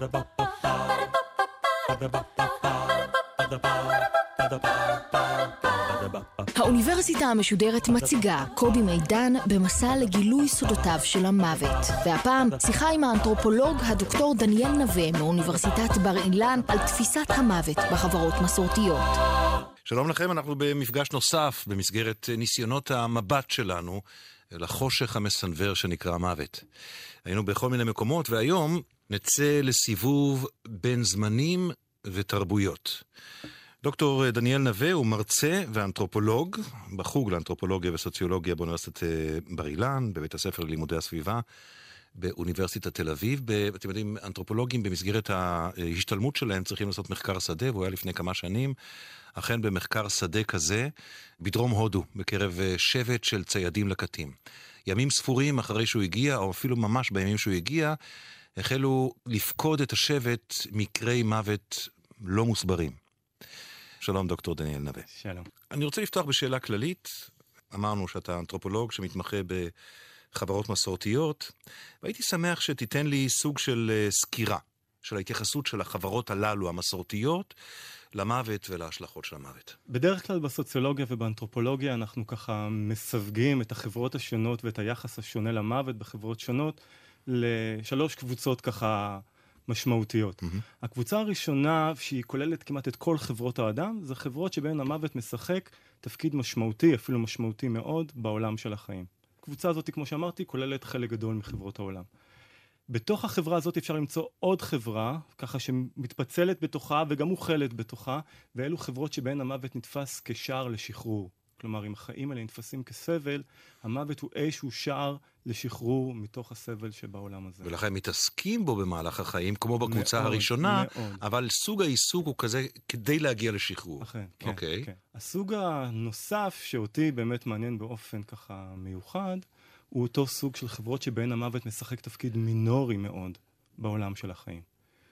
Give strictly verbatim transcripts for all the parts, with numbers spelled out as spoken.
האוניברסיטה המשודרת מציגה קובי מידן במסע לגילוי סודותיו של המוות. והפעם שיחה עם האנתרופולוג הדוקטור דניאל נווה מאוניברסיטת בר אילן על תפיסת המוות בחברות מסורתיות. שלום לכם, אנחנו במפגש נוסף במסגרת ניסיונות המבט שלנו לחושך המסנבר שנקרא מוות. היינו בכל מיני מקומות, והיום נצא לסיבוב בין זמנים ותרבויות. דוקטור דניאל נווה הוא מרצה ואנתרופולוג בחוג לאנתרופולוגיה וסוציולוגיה באוניברסיטת בר אילן, בבית הספר ללימודי הסביבה באוניברסיטת תל אביב. אתם יודעים, אנתרופולוגים במסגרת ההשתלמות שלהם צריכים לעשות מחקר שדה, והוא היה לפני כמה שנים אכן במחקר שדה כזה בדרום הודו, בקרב שבט של ציידים לקטים. ימים ספורים אחרי שהוא הגיע, או אפילו ממש בימים שהוא הגיע, החלו לפקוד את השבט מקרי מוות לא מוסברים. שלום דוקטור דניאל נווה. שלום. אני רוצה לפתוח בשאלה כללית. אמרנו שאתה אנתרופולוג שמתמחה בחברות מסורתיות, והייתי שמח שתיתן לי סוג של סקירה של ההתייחסות של החברות הללו המסורתיות למוות ולהשלכות של המוות. בדרך כלל בסוציולוגיה ובאנתרופולוגיה אנחנו ככה מסווגים את החברות השונות ואת היחס השונה למוות בחברות שונות לשלוש קבוצות ככה משמעותיות. Mm-hmm. הקבוצה הראשונה, שהיא כוללת כמעט את כל חברות האדם, זה חברות שבהן המוות משחק תפקיד משמעותי, אפילו משמעותי מאוד, בעולם של החיים. הקבוצה הזאת, כמו שאמרתי, כוללת חלק גדול מחברות העולם. בתוך החברה הזאת אפשר למצוא עוד חברה, ככה שמתפצלת בתוכה וגם מוכלת בתוכה, ואלו חברות שבהן המוות נתפס כשער לשחרור. כלומר, אם החיים האלה נתפסים כסבל, המוות הוא איזשהו שער לשחרור מתוך הסבל שבעולם הזה. ולכן מתעסקים בו במהלך החיים, כמו בקבוצה מאוד, הראשונה, מאוד. אבל סוג העיסוק הוא כזה כדי להגיע לשחרור. אכן, כן, אוקיי. כן. הסוג הנוסף שאותי באמת מעניין באופן ככה מיוחד, הוא אותו סוג של חברות שבהן המוות משחק תפקיד מינורי מאוד בעולם של החיים.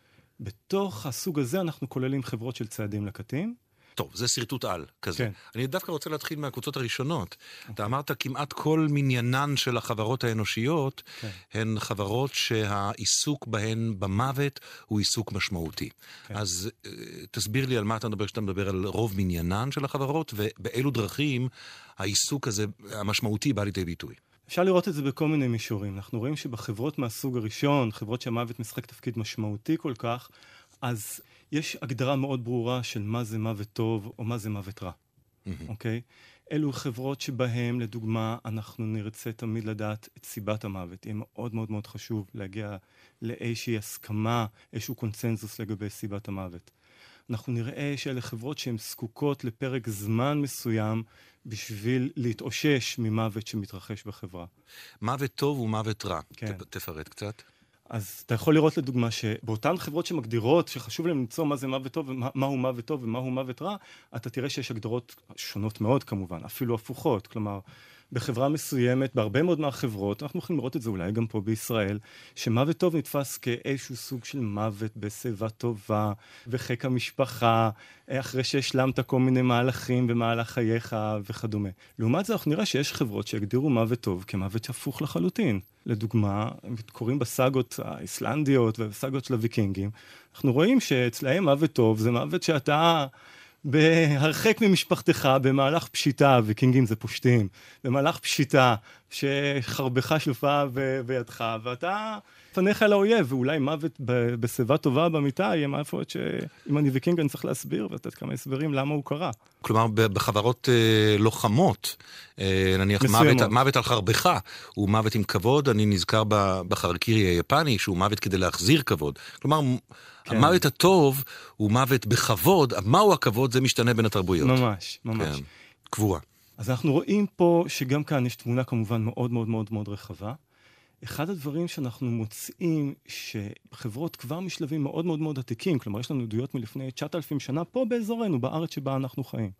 בתוך הסוג הזה אנחנו כוללים חברות של ציידים לקטים, טוב, זה סרטוט על כזה. כן. אני דווקא רוצה להתחיל מהקבוצות הראשונות. Okay. אתה אמרת כמעט כל מניינן של החברות האנושיות, okay. הן חברות שהעיסוק בהן במוות הוא עיסוק משמעותי. Okay. אז תסביר לי על מה אתה מדבר כשאתה מדבר על רוב מניינן של החברות, ובאילו דרכים העיסוק הזה המשמעותי בא לידי ביטוי. אפשר לראות את זה בכל מיני מישורים. אנחנו רואים שבחברות מהסוג הראשון, חברות שהמוות משחק תפקיד משמעותי כל כך, אז יש הגדרה מאוד ברורה של מה זה מוות טוב או מה זה מוות רע. אוקיי? אלו חברות שבהם, לדוגמה, אנחנו נרצה תמיד לדעת את סיבת המוות. יהיה מאוד מאוד מאוד חשוב להגיע לאיזושהי הסכמה, איזשהו קונצנזוס לגבי סיבת המוות. אנחנו נראה שאלה חברות שהן זקוקות לפרק זמן מסוים בשביל להתאושש ממוות שמתרחש בחברה. מוות טוב ומוות רע. כן. תפרט קצת. אז אתה יכול לראות לדוגמה שבאותן חברות שמגדירות, שחשוב להם למצוא מה זה מוות טוב ומהו מוות טוב ומהו מוות רע, אתה תראה שיש הגדרות שונות מאוד כמובן, אפילו הפוכות. כלומר, בחברה מסוימת, בהרבה מאוד מהחברות, אנחנו יכולים לראות את זה אולי גם פה בישראל, שמוות טוב נתפס כאיזשהו סוג של מוות בשיבה טובה, וחיק המשפחה, אחרי שהשלמת כל מיני מהלכים במהלך חייך וכדומה. לעומת זה אנחנו נראה שיש חברות שהגדירו מוות טוב כמוות הפוך לחלוטין. לדוגמה, הם קוראים בסאגות האיסלנדיות ובסאגות של הוויקינגים, אנחנו רואים שאצלהם מוות טוב זה מוות שאתה בהרחק ממשפחתך, במהלך פשיטה, ויקינגים זה פושטים, במהלך פשיטה שחרבך שלופה בידך, ואתה פניך אל האויב, ואולי מוות בשיבה טובה במיטה יהיה מוות שאם אני ויקינג אני צריך להסביר, ולתת כמה הסברים למה הוא קרה. כלומר, בחברות אה, לוחמות, אה, נניח מוות, מוות על חרבך, הוא מוות עם כבוד, אני נזכר בחרקירי היפני, שהוא מוות כדי להחזיר כבוד. כלומר, כן. המוות הטוב הוא מוות בכבוד, מהו הכבוד זה משתנה בין התרבויות. ממש, ממש. כן. קבורה. אז אנחנו רואים פה שגם כאן יש תמונה כמובן מאוד מאוד מאוד מאוד רחבה. אחד הדברים שאנחנו מוצאים שחברות כבר משלבים מאוד מאוד מאוד עתיקים, כלומר יש לנו עדויות מלפני תשעת אלפים שנה פה באזורנו, בארץ שבה אנחנו חיים,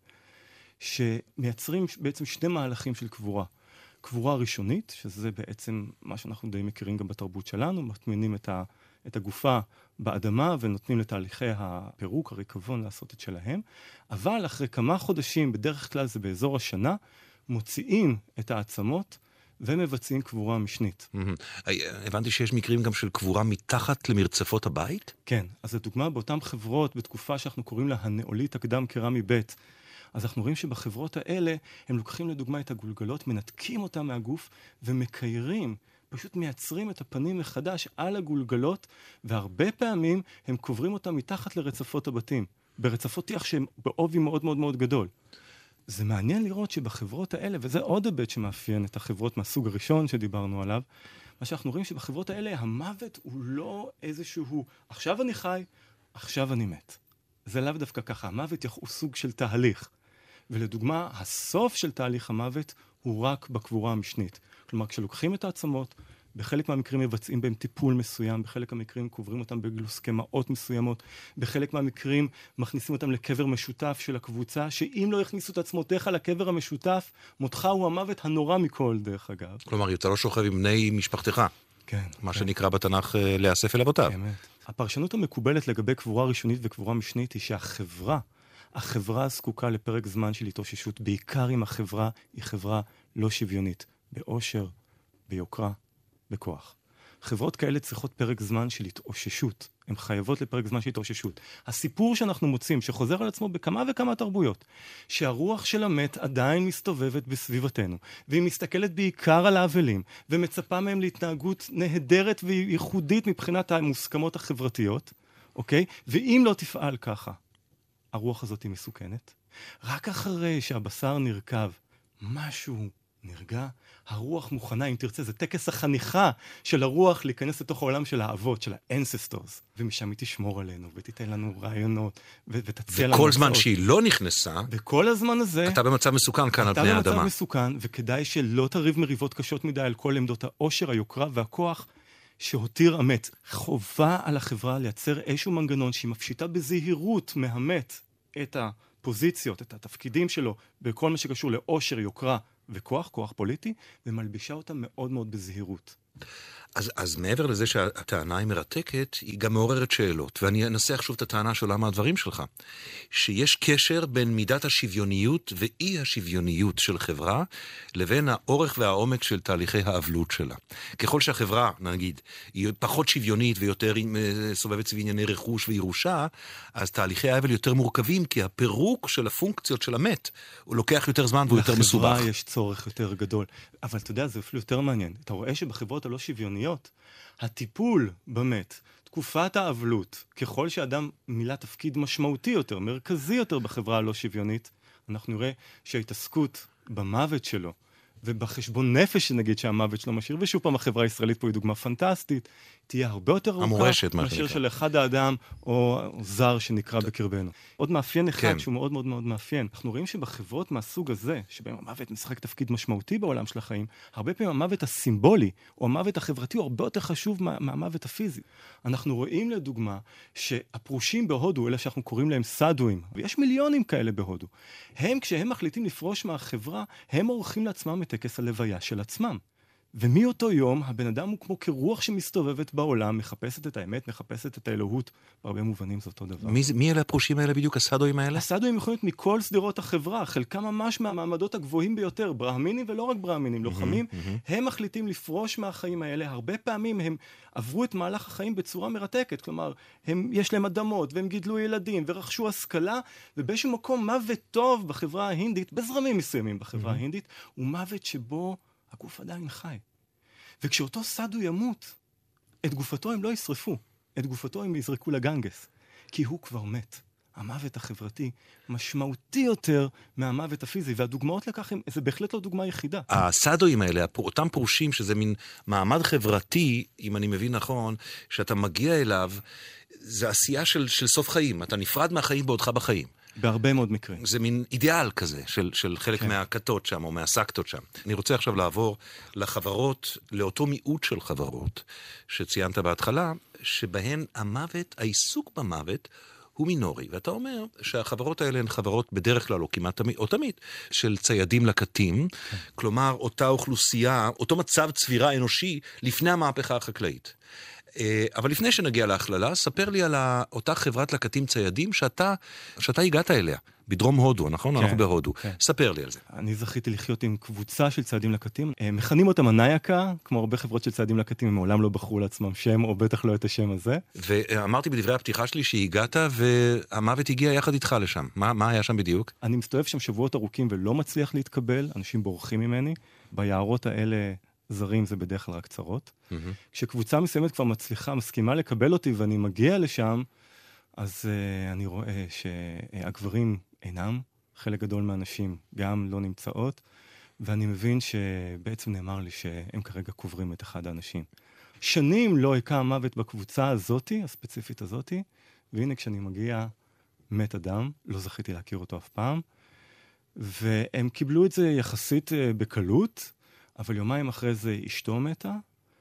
שמייצרים בעצם שני מהלכים של קבורה. קבורה ראשונית, שזה בעצם מה שאנחנו די מכירים גם בתרבות שלנו, מטמינים את, ה, את הגופה באדמה ונותנים לתהליכי הפירוק, הריקבון לעשות את שלהם, אבל אחרי כמה חודשים, בדרך כלל זה באזור השנה, מוציאים את העצמות ומבצעים קבורה משנית. הבנתי שיש מקרים גם של קבורה מתחת למרצפות הבית? כן, אז לדוגמה, באותן חברות, בתקופה שאנחנו קוראים לה הנאולית הקדם קרמי ב', אז אנחנו רואים שבחברות האלה, הם לוקחים לדוגמה את הגולגלות, מנתקים אותם מהגוף ומקיירים, פשוט מייצרים את הפנים מחדש על הגולגלות, והרבה פעמים הם קוברים אותם מתחת לרצפות הבתים, ברצפות טיח שהם בעובי מאוד מאוד מאוד גדול. זה מעניין לראות שבחברות האלה, וזה עוד היבט שמאפיין את החברות מהסוג הראשון שדיברנו עליו, מה שאנחנו רואים שבחברות האלה המוות הוא לא איזשהו, עכשיו אני חי, עכשיו אני מת. זה לאו דווקא ככה, המוות הוא סוג של תהליך. ולדוגמה, הסוף של תהליך המוות הוא רק בקבורה המשנית. כלומר, כשלוקחים את העצמות, בחלק מהמקרים מבצעים בהם טיפול מסוים, בחלק מהמקרים קוברים אותם בגלוסקמאות מסוימות, בחלק מהמקרים מכניסים אותם לקבר משותף של הקבוצה, שאם לא יכניסו את עצמותיך לקבר המשותף, מותך הוא המוות הנורא מכל, דרך אגב. כלומר, אתה לא שוכב עם בני משפחתך. כן. מה כן. שנקרא בתנ"ך להיאסף אל אבותיו. באמת. הפרשנות המקובלת לגבי קבורה ראשונית וקבורה משנית היא שהחברה, החברה זקוקה לפרק זמן של התאוששות, בעיקר אם החברה היא חברה לא שוויונית, באושר, ביוקרה, בכוח. חברות כאלה צריכות פרק זמן של התאוששות. הן חייבות לפרק זמן של התאוששות. הסיפור שאנחנו מוצאים, שחוזר על עצמו בכמה וכמה תרבויות, שהרוח של המת עדיין מסתובבת בסביבתנו, והיא מסתכלת בעיקר על האבלים, ומצפה מהם להתנהגות נהדרת וייחודית מבחינת המוסכמות החברתיות, אוקיי? ואם לא תפעל ככה, הרוח הזאת היא מסוכנת. רק אחרי שהבשר נרכב, משהו נרגע, הרוח מוכנה, אם תרצה, זה טקס החניכה של הרוח להיכנס לתוך העולם של האבות, של האנססטורס, ומשם היא תשמור עלינו, ותיתן לנו רעיונות, ו- ותציע לנו... וכל זמן שהיא לא נכנסה, וכל הזמן הזה... אתה במצב מסוכן כאן על פני האדמה. אתה במצב מסוכן, וכדאי שלא תריב מריבות קשות מדי על כל עמדות העושר, היוקרה והכוח שהותיר המת. חובה על החברה לייצר איזשהו מנגנון שהיא מפשיטה בזהירות מהמת את הפוזיציות, את התפקידים שלו, בכל מה שקשור לעושר, יוקרה וכוח, כוח פוליטי, ומלבישה אותם מאוד מאוד בזהירות. אז, אז מעבר לזה שהטענה היא מרתקת, היא גם מעוררת שאלות, ואני אנסח שוב את הטענה של למה הדברים שלך, שיש קשר בין מידת השוויוניות ואי השוויוניות של חברה, לבין האורך והעומק של תהליכי האבלות שלה. ככל שהחברה, נגיד, היא פחות שוויונית ויותר סובבת סביב ענייני רכוש וירושה, אז תהליכי האבל יותר מורכבים, כי הפירוק של הפונקציות של המת, הוא לוקח יותר זמן והוא יותר מסובך. לחברה יש צורך יותר גדול. אבל אתה יודע, זה אפילו יותר מעניין. אתה רואה שבחברות הלא שוויוניות, הטיפול במת, תקופת האבלות, ככל שאדם מילא תפקיד משמעותי יותר, מרכזי יותר בחברה הלא שוויונית, אנחנו נראה שההתעסקות במוות שלו, ובחשבון נפש שנגיד שהמוות שלו משאיר, ושוב פעם החברה הישראלית פה היא דוגמה פנטסטית, תהיה הרבה יותר ארוכה מאשר של אחד האדם או זר שנקרא בקרבנו. עוד מאפיין אחד כן. שהוא מאוד מאוד מאוד מאפיין. אנחנו רואים שבחברות מהסוג הזה, שבהם המוות משחק תפקיד משמעותי בעולם של החיים, הרבה פעמים המוות הסימבולי או המוות החברתי הוא הרבה יותר חשוב מה, מהמוות הפיזי. אנחנו רואים לדוגמה שהפרושים בהודו, אלה שאנחנו קוראים להם סדואים, ויש מיליונים כאלה בהודו, הם כשהם מחליטים לפרוש מהחברה, הם עורכים לעצמם את טקס הלוויה של עצמם. ומאותו יום, הבן אדם הוא כמו כרוח שמסתובבת בעולם, מחפשת את האמת, מחפשת את האלוהות. בהרבה מובנים זה אותו דבר. מי, מי אלה הפרושים האלה בדיוק, הסדואים האלה? הסדואים יכולים להיות מכל סדרות החברה, חלקם ממש מהמעמדות הגבוהים ביותר, ברהמינים ולא רק ברהמינים, לוחמים, mm-hmm. הם מחליטים לפרוש מהחיים האלה. הרבה פעמים הם עברו את מהלך החיים בצורה מרתקת, כלומר, הם, יש להם אדמות, והם גידלו ילדים, ורכשו השכלה, ובאיזשהו מקום מוות טוב בחברה ההינדית, בזרמים מסוימים בחברה mm-hmm. ההינדית, הוא מוות שבו הגוף עדיין חי. וכשאותו סדו ימות, את גופתו הם לא ישרפו, את גופתו הם יזרקו לגנגס, כי הוא כבר מת. המוות החברתי משמעותי יותר מהמוות הפיזי, והדוגמאות לכך הם, זה בהחלט לא דוגמה יחידה. הסדואים האלה, אותם פרושים שזה מין מעמד חברתי, אם אני מבין נכון, שאתה מגיע אליו, זה עשייה של, של סוף חיים, אתה נפרד מהחיים בעודך בחיים. בהרבה מאוד מקרים. זה מין אידיאל כזה, של, של חלק כן. מהכתות שם, או מהסקטות שם. אני רוצה עכשיו לעבור לחברות, לאותו מיעוט של חברות, שציינת בהתחלה, שבהן המוות, העיסוק במוות, הוא מינורי. ואתה אומר שהחברות האלה הן חברות בדרך כלל, או כמעט תמיד, או תמיד, של ציידים לקטים, כן. כלומר, אותה אוכלוסייה, אותו מצב צבירה אנושי, לפני המהפכה החקלאית. אבל לפני שנגיע להכללה, ספר לי על אותה חברת לקטים ציידים שאתה, שאתה הגעת אליה, בדרום הודו, נכון? כן, אנחנו בהודו. כן. ספר לי על זה. אני זכיתי לחיות עם קבוצה של ציידים לקטים. מכנים אותם הנייקה, כמו הרבה חברות של ציידים לקטים, הם מעולם לא בחרו לעצמם שם, או בטח לא את השם הזה. ואמרתי בדברי הפתיחה שלי שהגעת, והמוות הגיע יחד איתך לשם. מה, מה היה שם בדיוק? אני מסתובב שם שבועות ארוכים ולא מצליח להתקבל, אנשים בורחים ממני. ביערות האלה זרים זה בדרך כלל רק צרות. Mm-hmm. כשקבוצה מסוימת כבר מצליחה, מסכימה לקבל אותי ואני מגיע לשם, אז uh, אני רואה שהגברים אינם, חלק גדול מהנשים גם לא נמצאות, ואני מבין שבעצם נאמר לי שהם כרגע קוברים את אחד האנשים. שנים לא הקע מוות בקבוצה הזאתי, הספציפית הזאתי, והנה כשאני מגיע, מת אדם, לא זכיתי להכיר אותו אף פעם, והם קיבלו את זה יחסית uh, בקלות, אבל יומיים אחרי זה אשתו מתה,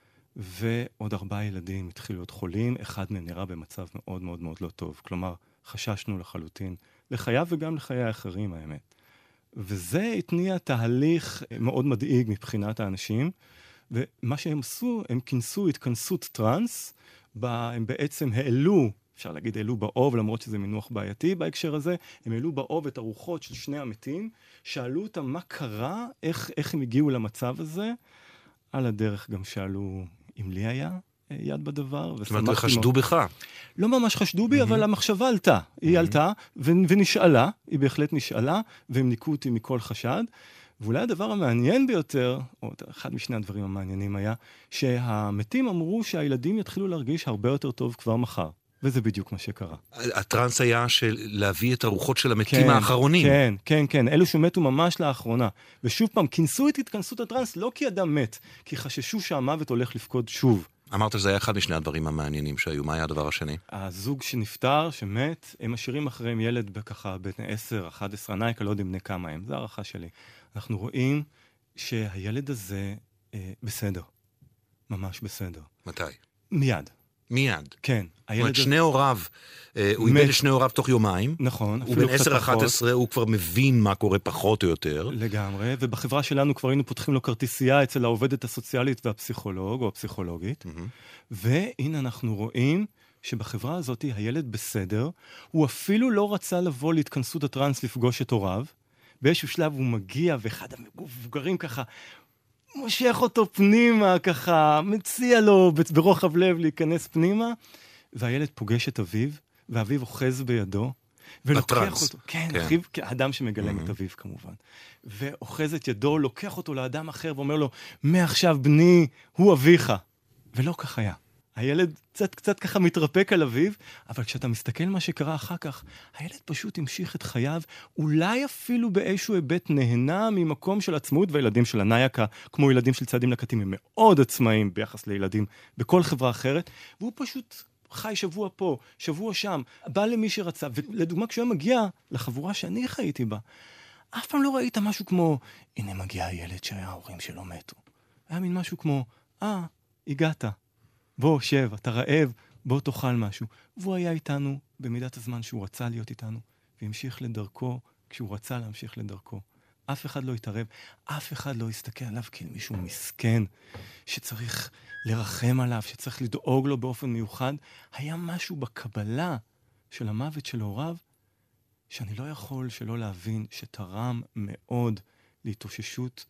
ועוד ארבעה ילדים התחילו להיות חולים, אחד מהם נראה במצב מאוד מאוד מאוד לא טוב. כלומר, חששנו לחלוטין, לחייו וגם לחיי האחרים, האמת. וזה התניע תהליך מאוד מדאיג מבחינת האנשים, ומה שהם עשו, הם כינסו התכנסות טרנס, בה הם בעצם העלו, אפשר להגיד העלו באוב, למרות שזה מינוח בעייתי בהקשר הזה, הם העלו באוב את הרוחות של שני המתים, שאלו אותם מה קרה, איך, איך הם הגיעו למצב הזה, על הדרך גם שאלו אם לי היה יד בדבר. זאת אומרת, חשדו בך. לא ממש חשדו בי, אבל המחשבה עלתה. היא עלתה ונשאלה, היא בהחלט נשאלה, והם ניקו אותי מכל חשד. ואולי הדבר המעניין ביותר, או אחד משני הדברים המעניינים היה, שהמתים אמרו שהילדים יתחילו להרגיש הרבה יותר טוב כבר מחר. וזה בדיוק מה שקרה. הטרנס היה של להביא את הרוחות של המתים כן, האחרונים. כן, כן, כן. אלו שמתו ממש לאחרונה. ושוב פעם, כינסו את התכנסות הטרנס לא כי אדם מת, כי חששו שהמוות הולך לפקוד שוב. אמרת שזה היה אחד משני הדברים המעניינים שהיו. מה היה הדבר השני? הזוג שנפטר, שמת, הם משאירים אחריהם ילד בככה בין עשר, אחת עשרה, נייקה, לא יודעים בני כמה הם. זו הערכה שלי. אנחנו רואים שהילד הזה אה, בסדר. ממש בסדר. מתי? מיד. מיד. כן. זאת אומרת, שני הוריו, הוא איבד את שני הוריו תוך יומיים. נכון. הוא בן עשר אחת עשרה, הוא כבר מבין מה קורה פחות או יותר. לגמרי, ובחברה שלנו כבר היינו פותחים לו כרטיסייה אצל העובדת הסוציאלית והפסיכולוג או הפסיכולוגית. והנה אנחנו רואים שבחברה הזאת הילד בסדר, הוא אפילו לא רצה לבוא להתכנסות הטרנס לפגוש את הוריו, באיזשהו שלב הוא מגיע ואחד המבוגרים ככה, מושך אותו פנימה, ככה, מציע לו ברוחב לב להיכנס פנימה, והילד פוגש את אביו, ואביו אוחז בידו, ולוקח אותו, כן, כן. אחיו, האדם שמגלם mm-hmm. את אביו כמובן, ואוחז את ידו, לוקח אותו לאדם אחר, ואומר לו, מעכשיו בני, הוא אביך, ולא כך היה. הילד קצת, קצת ככה מתרפק על אביו, אבל כשאתה מסתכל מה שקרה אחר כך, הילד פשוט המשיך את חייו, אולי אפילו באיזשהו היבט נהנה ממקום של עצמאות, והילדים של הנייקה, כמו ילדים של ציידים לקטים, הם מאוד עצמאיים ביחס לילדים בכל חברה אחרת, והוא פשוט חי שבוע פה, שבוע שם, בא למי שרצה, ולדוגמה כשהוא מגיע לחבורה שאני חייתי בה, אף פעם לא ראית משהו כמו, הנה מגיע הילד שההורים שלו מתו. היה מין משהו כמו, אה, הגעת. בוא, שב, אתה רעב, בוא תאכל משהו. והוא היה איתנו במידת הזמן שהוא רצה להיות איתנו, והמשיך לדרכו כשהוא רצה להמשיך לדרכו. אף אחד לא התערב, אף אחד לא הסתכל עליו כאילו מישהו מסכן, שצריך לרחם עליו, שצריך לדאוג לו באופן מיוחד. היה משהו בקבלה של המוות של הוריו, שאני לא יכול שלא להבין שתרם מאוד להתאוששות,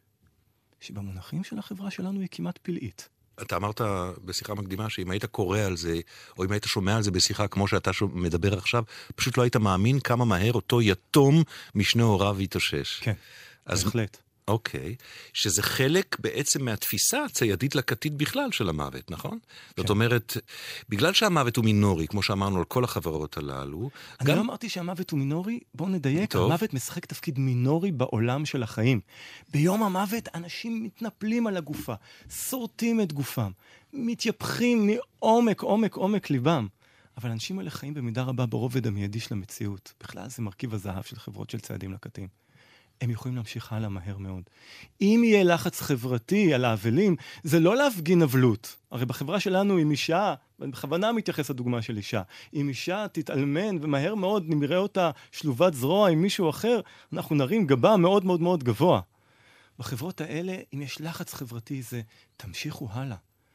שבמונחים של החברה שלנו היא כמעט פלאית. אתה אמרת בשיחה מקדימה שאם היית קורא על זה, או אם היית שומע על זה בשיחה כמו שאתה מדבר עכשיו, פשוט לא היית מאמין כמה מהר אותו יתום משני הוריו יתאושש. כן, אז... בהחלט. אוקיי, שזה חלק בעצם מהתפיסה הציידית לקטית בכלל של המוות, נכון? כן. זאת אומרת, בגלל שהמוות הוא מינורי, כמו שאמרנו על כל החברות הללו... אני גם... לא אמרתי שהמוות הוא מינורי, בואו נדייק, טוב. המוות משחק תפקיד מינורי בעולם של החיים. ביום המוות אנשים מתנפלים על הגופה, שורטים את גופם, מתייפחים מעומק, עומק, עומק ליבם. אבל אנשים האלה חיים במידה רבה ברובד המיידי של המציאות. בכלל זה מרכיב הזהב של חברות של ציידים לקטים. הם יכולים להמשיך הלאה מהר מאוד. אם יהיה לחץ חברתי על האבלים, זה לא להפגין אבלות. הרי בחברה שלנו עם אישה, ואני בכוונה מתייחס לדוגמה של אישה, אם אישה תתאלמן ומהר מאוד נראה אותה שלובת זרוע עם מישהו אחר, אנחנו נרים גבה מאוד מאוד מאוד גבוה. בחברות האלה, אם יש לחץ חברתי, זה תמשיכו הלאה.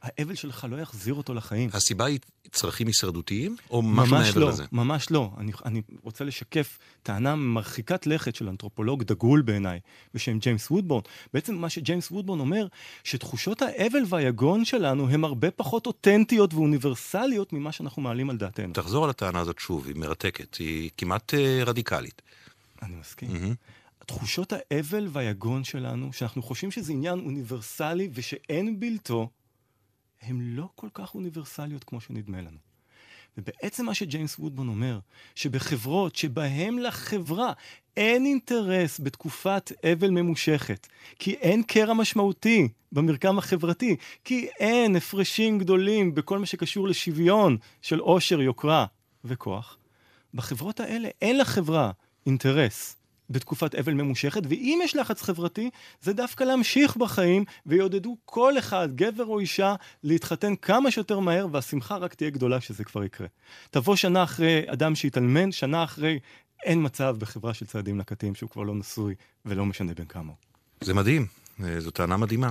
האבל שלך לא יחזיר אותו לחיים. הסיבה היא צרכים הישרדותיים, או משהו מעבר לא, לזה? ממש לא. אני, אני רוצה לשקף טענה מרחיקת לכת של אנתרופולוג דגול בעיניי, בשם ג'יימס וודבורן. בעצם מה שג'יימס וודבורן אומר, שתחושות האבל והיגון שלנו הם הרבה פחות אותנטיות ואוניברסליות ממה שאנחנו מעלים על דעתנו. תחזור על הטענה הזאת שוב, היא מרתקת, היא כמעט uh, רדיקלית. אני מסכים. Mm-hmm. תחושות האבל והיגון שלנו, שאנחנו חושבים שזה עניין אוניברסלי ושאין בלתו, הן לא כל כך אוניברסליות כמו שנדמה לנו. ובעצם מה שג'יימס וודבורן אומר, שבחברות שבהם לחברה אין אינטרס בתקופת אבל ממושכת, כי אין קרע משמעותי במרקם החברתי, כי אין הפרשים גדולים בכל מה שקשור לשוויון של עושר, יוקרה וכוח, בחברות האלה אין לחברה אינטרס בתקופת אבל ממושכת, ואם יש לחץ חברתי, זה דווקא להמשיך בחיים, ויעודדו כל אחד, גבר או אישה, להתחתן כמה שיותר מהר, והשמחה רק תהיה גדולה שזה כבר יקרה. תבוא שנה אחרי אדם שהתאלמן, שנה אחרי אין מצב בחברה של צעדים נקטים, שהוא כבר לא נשוי, ולא משנה בין כמה. זה מדהים. זו טענה מדהימה.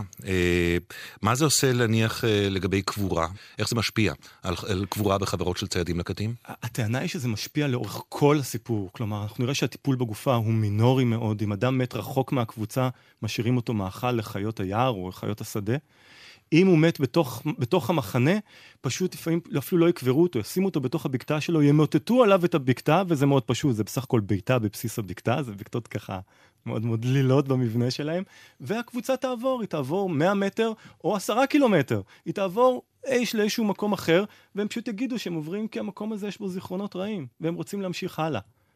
מה זה עושה להניח לגבי קבורה? איך זה משפיע על, על קבורה בחברות של ציידים לקטים? הטענה היא שזה משפיע לאורך כל הסיפור. כלומר, אנחנו נראה שהטיפול בגופה הוא מינורי מאוד. אם אדם מת רחוק מהקבוצה, משאירים אותו מאכל לחיות היער או לחיות השדה. אם הוא מת בתוך, בתוך המחנה, פשוט לפעמים אפילו לא יקברו אותו, ישימו אותו בתוך הבקתה שלו, ימוטטו עליו את הבקתה, וזה מאוד פשוט, זה בסך הכל ביתה בבסיס הבקתה, זה בקתות ככה מאוד מאוד דלילות במבנה שלהם, והקבוצה תעבור, היא תעבור מאה מטר או עשרה קילומטר, היא תעבור איש לאיזשהו מקום אחר, והם פשוט יגידו שהם עוברים כי המקום הזה יש בו זיכרונות רעים, והם רוצים להמשיך הלאה.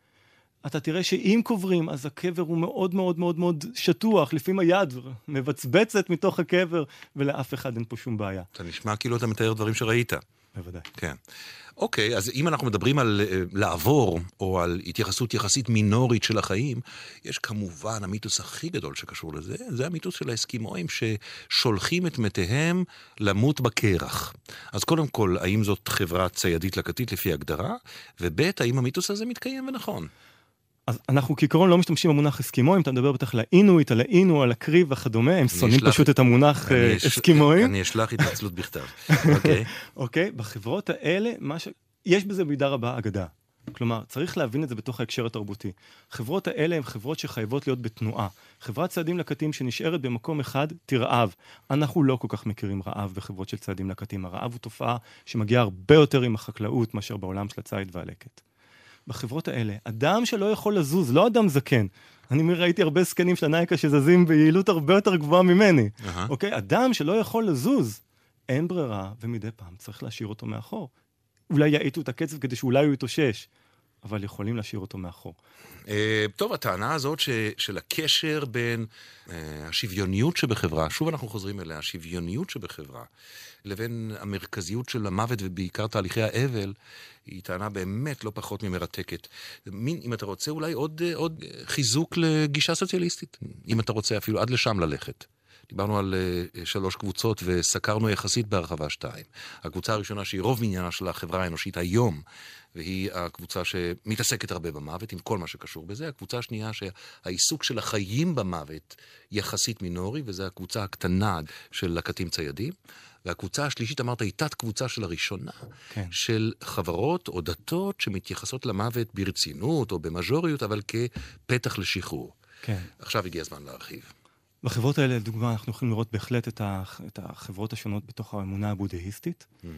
אתה תראה שאם קוברים, אז הקבר הוא מאוד מאוד מאוד מאוד שטוח, לפעמים היד מבצבצת מתוך הקבר, ולאף אחד אין פה שום בעיה. אתה נשמע כאילו אתה מתאר דברים שראית. בוודאי. כן. אוקיי, אז אם אנחנו מדברים על uh, לעבור, או על התייחסות יחסית מינורית של החיים, יש כמובן המיתוס הכי גדול שקשור לזה, זה המיתוס של האסקימואים ששולחים את מתיהם למות בקרח. אז קודם כל, האם זאת חברה ציידית לקטית לפי הגדרה, וב' האם המיתוס הזה מתקיים ונכון? אז אנחנו כעיקרון לא משתמשים במונח אסקימואים, אתה מדבר בטח לאינואיט, על האינו, על הקריב וכדומה, הם שונאים פשוט את המונח אסקימואים. אני אשלח התנצלות בכתב. אוקיי. אוקיי, בחברות האלה, יש בזה מידה רבה אגדה. כלומר, צריך להבין את זה בתוך ההקשר התרבותי. חברות האלה הן חברות שחייבות להיות בתנועה. חברת צעדים לקטים שנשארת במקום אחד, תרעב. אנחנו לא כל כך מכירים רעב בחברות של צעדים לקטים. הרעב הוא תופעה שמגיעה הרבה יותר עם החקלאות מאשר בעולם של הציד והלקט. בחברות האלה, אדם שלא יכול לזוז, לא אדם זקן. אני ראיתי הרבה זקנים של הנייקה שזזים ביעילות הרבה יותר גבוהה ממני. Uh-huh. אוקיי? אדם שלא יכול לזוז, אין ברירה, ומדי פעם צריך להשאיר אותו מאחור. אולי יעיטו את הקצב כדי שאולי הוא יתושש, אבל יכולים להשאיר אותו מאחור. Uh, טוב, הטענה הזאת ש, של הקשר בין uh, השוויוניות שבחברה, שוב אנחנו חוזרים אליה, השוויוניות שבחברה, לבין המרכזיות של המוות ובעיקר תהליכי האבל, היא טענה באמת לא פחות ממרתקת. מין, אם אתה רוצה, אולי עוד, עוד חיזוק לגישה סוציאליסטית, אם אתה רוצה אפילו עד לשם ללכת. דיברנו על uh, שלוש קבוצות וסקרנו יחסית בהרחבה שתיים. הקבוצה הראשונה שהיא רוב מניינה של החברה האנושית היום, והיא הקבוצה שמתעסקת הרבה במוות, עם כל מה שקשור בזה. הקבוצה השנייה שהעיסוק של החיים במוות יחסית מינורי, וזו הקבוצה הקטנה של לקטים ציידים. והקבוצה השלישית, אמרת, היא תת קבוצה של הראשונה, כן. של חברות או דתות שמתייחסות למוות ברצינות או במז'וריות, אבל כפתח לשחרור. כן. עכשיו הגיע הזמן להרחיב. בחברות האלה, לדוגמה, אנחנו יכולים לראות בהחלט את החברות השונות בתוך האמונה הבודהיסטית. Mm-hmm.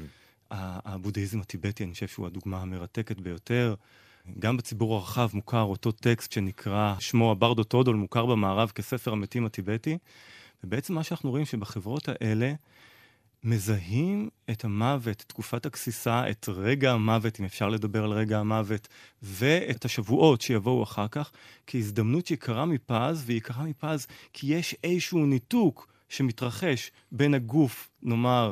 הבודהיזם הטיבטי, אני חושב שהוא הדוגמה המרתקת ביותר. גם בציבור הרחב מוכר אותו טקסט שנקרא, שמו הברדו טודול, מוכר במערב כספר המתים הטיבטי. ובעצם מה שאנחנו רואים שבחברות האלה, מזהים את המוות, תקופת הכסיסה, את רגע המוות, אם אפשר לדבר על רגע המוות, ואת השבועות שיבואו אחר כך, כהזדמנות שיקרה מפז, ויקרה מפז כי יש איזשהו ניתוק שמתרחש בין הגוף, נאמר,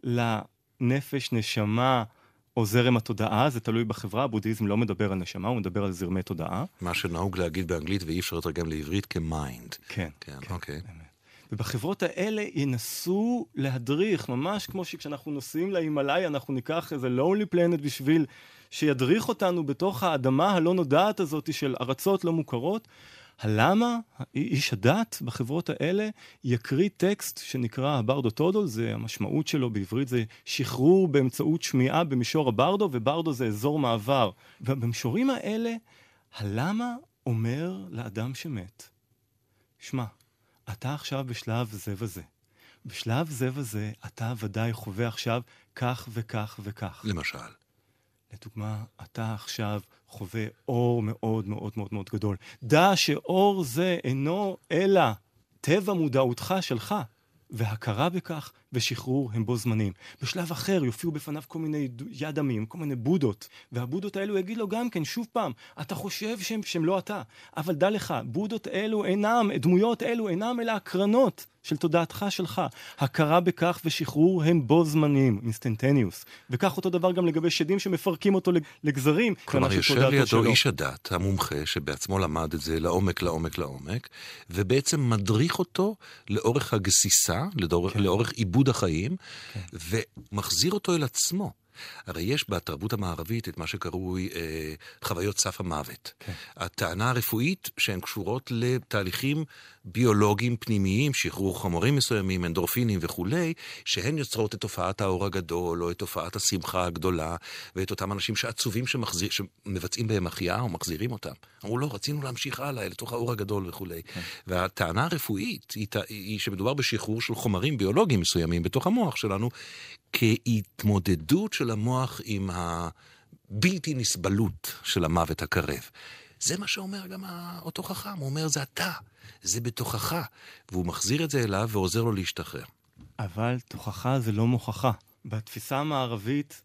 לנפש, נשמה, או זרם התודעה, זה תלוי בחברה, הבודהיזם לא מדבר על נשמה, הוא מדבר על זרמי תודעה. מה שנהוג להגיד באנגלית, ואי אפשר לתרגם לעברית כמיינד. כן, כן, כן, אוקיי. באמת. ובחברות האלה ינסו להדריך, ממש כמו שכשאנחנו נוסעים להימלאיה, אנחנו ניקח איזה lonely planet בשביל שידריך אותנו בתוך האדמה הלא נודעת הזאת של ארצות לא מוכרות. הלמה איש הדת בחברות האלה יקריא טקסט שנקרא הברדו טודו, זה המשמעות שלו בעברית, זה שחרור באמצעות שמיעה במישור הברדו, וברדו זה אזור מעבר. ובמישורים האלה, הלמה אומר לאדם שמת, שמע, אתה עכשיו בשלב זה וזה. בשלב זה וזה, אתה ודאי חווה עכשיו כך וכך וכך. למשל. לדוגמה, אתה עכשיו חווה אור מאוד מאוד מאוד מאוד גדול. דע שאור זה אינו אלא טבע מודעותך שלך, והכרה בכך ושחרור הם בו זמנים. בשלב אחר יופיעו בפניו כל מיני יד עמים, כל מיני בודות, והבודות האלו יגיד לו גם כן, שוב פעם, אתה חושב שהם, שהם לא אתה, אבל דע לך, בודות אלו אינם, דמויות אלו אינם אלא הקרנות של תודעתך שלך. הכרה בכך ושחרור הם בו זמנים, אינסטנטניוס. וכך אותו דבר גם לגבי שדים שמפרקים אותו לגזרים. כלומר, יושב לידו איש הדת, המומחה, שבעצמו למד את זה לעומק, לעומק, לעומק, ובעצם מדריך אותו לאורך הגסיסה, לאורך, כן. לאורך עיבוד החיים, כן. ומחזיר אותו אל עצמו. הרי יש בתרבות המערבית את מה שקרוי אה, חוויות סף המוות. כן. הטענה הרפואית שהן קשורות לתהליכים ביולוגיים פנימיים, שחרור חומרים מסוימים, אנדורפינים וכולי, שהן יוצרות את תופעת האור הגדול, או את תופעת השמחה הגדולה, ואת אותם אנשים שעצובים שמחזיר, שמבצעים בהם החייאה או מחזירים אותם. אמרו לא, רצינו להמשיך הלאה, לתוך האור הגדול וכולי. כן. והטענה הרפואית היא, היא שמדובר בשחרור של חומרים ביולוגיים מסוימים בתוך המוח שלנו, כהתמודדות של המוח עם הבלתי נסבלות של המוות הקרב. זה מה שאומר גם אותו חכם, הוא אומר זה אתה, זה בתוכך, והוא מחזיר את זה אליו ועוזר לו להשתחרר. אבל תוכחה זה לא מוכחה. בתפיסה המערבית,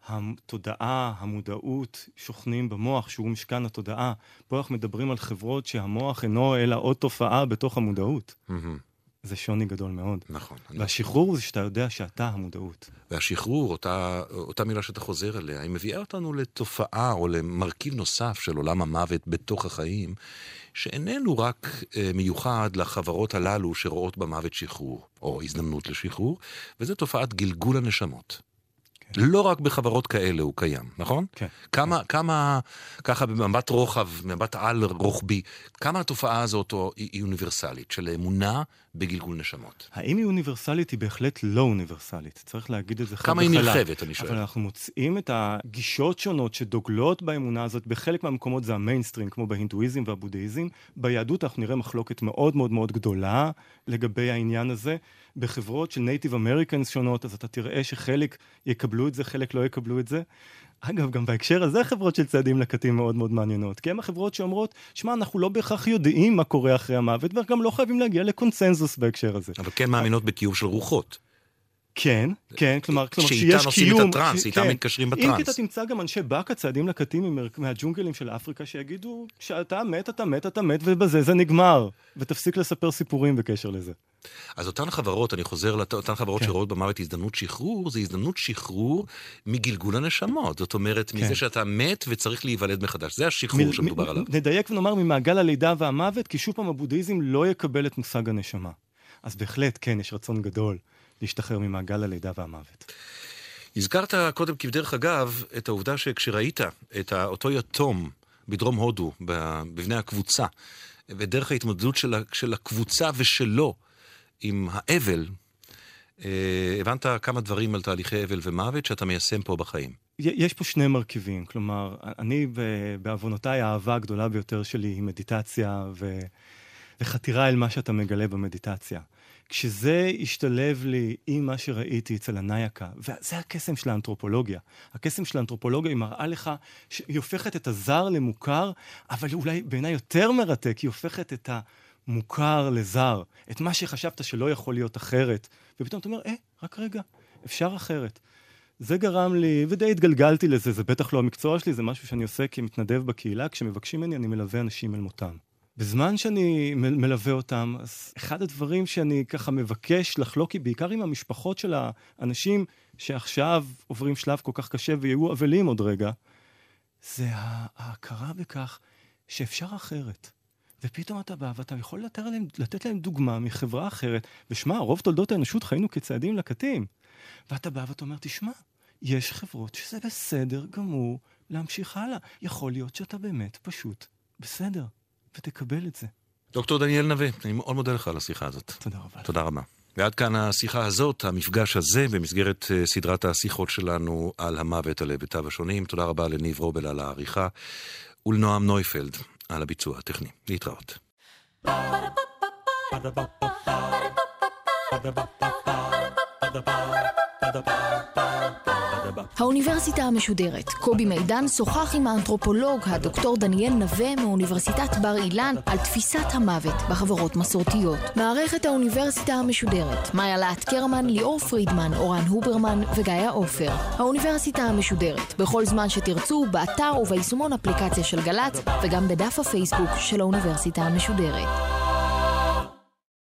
התודעה, המודעות שוכנים במוח, שהוא משכן התודעה. פה אנחנו מדברים על חברות שהמוח אינו אלא עוד תופעה בתוך המודעות. Mm-hmm. זה שוני גדול מאוד. נכון. והשחרור זה שאתה יודע שאתה המודעות. והשחרור, אותה, אותה מילה שאתה חוזר עליה, היא מביאה אותנו לתופעה או למרכיב נוסף של עולם המוות בתוך החיים, שאיננו רק אה, מיוחד לחברות הללו שרואות במוות שחרור, או הזדמנות לשחרור, וזה תופעת גלגול הנשמות. כן. לא רק בחברות כאלה הוא קיים, נכון? כן. כמה, כן. כמה, ככה במבט רוחב, במבט על רוחבי, כמה התופעה הזאת היא, היא אוניברסלית, של אמונה בגלגול נשמות? האם היא אוניברסלית? היא בהחלט לא אוניברסלית. צריך להגיד את זה חד וחלק. כמה היא נרחבת, אני שואל. אבל אנחנו מוצאים את הגישות שונות שדוגלות באמונה הזאת, בחלק מהמקומות זה המיינסטרים, כמו בהינדואיזם והבודהיזם. ביהדות אנחנו נראה מחלוקת מאוד מאוד מאוד גדולה לגבי העניין הזה. בחברות של נייטיב אמריקנס שונות, אז אתה תראה שחלק יקבלו את זה, חלק לא יקבלו את זה. אגב, גם בהקשר הזה חברות של צעדים לקטים מאוד מאוד מעניינות, כי הם החברות שאומרות, שמה, אנחנו לא בהכרח יודעים מה קורה אחרי המוות, וגם לא חייבים להגיע לקונסנזוס בהקשר הזה. אבל כן מאמינות בקיום של רוחות. כן, כן, כלומר, כלומר שיש קיום... שאיתן עושים את הטרנס, ש... איתם כן. מתקשרים בטרנס. אם כי אתה תמצא גם אנשי בקה, צעדים לקטים מהג'ונגלים של אפריקה, שיגידו, שאתה מת, אתה מת, אתה מת, ובזה זה נגמר. ותפסיק לספר סיפורים בקשר לזה. אז אותן חברות, אני חוזר לאותן חברות כן. שרואות במוות הזדמנות שחרור, זה הזדמנות שחרור מגלגול הנשמות. זאת אומרת, כן. מזה שאתה מת וצריך להיוולד מחדש. זה השחרור מ- שמדובר מ- עליו. נדייק ונאמר ממעגל הלידה והמוות, כי שוב פעם הבודהיזם לא יקבל את מושג הנשמה. אז בהחלט, כן, יש רצון גדול להשתחרר ממעגל הלידה והמוות. הזכרת קודם כבדרך אגב את העובדה שכשראית את אותו יתום בדרום הודו, בבני הקבוצה, ודרך ההתמודדות של, של הקבוצה ושלו עם האבל, הבנת כמה דברים על תהליכי אבל ומוות שאתה מיישם פה בחיים. יש פה שני מרכיבים, כלומר, אני בעוונותיי האהבה הגדולה ביותר שלי היא מדיטציה ו... וחתירה אל מה שאתה מגלה במדיטציה. כשזה השתלב לי עם מה שראיתי אצל הנייקה, וזה הקסם של האנתרופולוגיה. הקסם של האנתרופולוגיה היא מראה לך שהיא הופכת את הזר למוכר, אבל אולי בעיניי יותר מרתק, היא הופכת את המוכר לזר, את מה שחשבת שלא יכול להיות אחרת, ופתאום אתה אומר, אה, רק רגע, אפשר אחרת. זה גרם לי, ודי התגלגלתי לזה, זה בטח לא המקצוע שלי, זה משהו שאני עושה כמתנדב בקהילה, כשמבקשים ממני אני מלווה אנשים אל מותם. בזמן שאני מלווה אותם, אז אחד הדברים שאני ככה מבקש לחלוק היא בעיקר עם המשפחות של האנשים שעכשיו עוברים שלב כל כך קשה ויהיו אבלים עוד רגע, זה ההכרה בכך שאפשר אחרת. ופתאום אתה בא ואתה יכול לתת להם, לתת להם דוגמה מחברה אחרת, ושמע, רוב תולדות האנושות חיינו כצעדים לקטים. ואתה בא ואתה אומר, תשמע, יש חברות שזה בסדר גמור להמשיך הלאה. יכול להיות שאתה באמת פשוט בסדר. ותקבל את זה. דוקטור דניאל נווה, אני מאוד מודה לך על השיחה הזאת. תודה רבה. תודה רבה. ועד כאן השיחה הזאת, המפגש הזה, במסגרת סדרת השיחות שלנו על המוות על היבטיו השונים. תודה רבה לניב רובל על העריכה, ולנועם נויפלד על הביצוע הטכני. להתראות. האוניברסיטה המשודרת. קובי מידן שוחח עם האנתרופולוג הדוקטור דניאל נווה מאוניברסיטת בר אילן על תפיסת המוות בחברות מסורתיות. מערכת האוניברסיטה המשודרת. מאיה להט קרמן, ליאור פרידמן, אורן הוברמן וגיא עופר. האוניברסיטה המשודרת. בכל זמן שתרצו, באתר וביישומון אפליקציה של גל"צ וגם בדף הפייסבוק של האוניברסיטה המשודרת.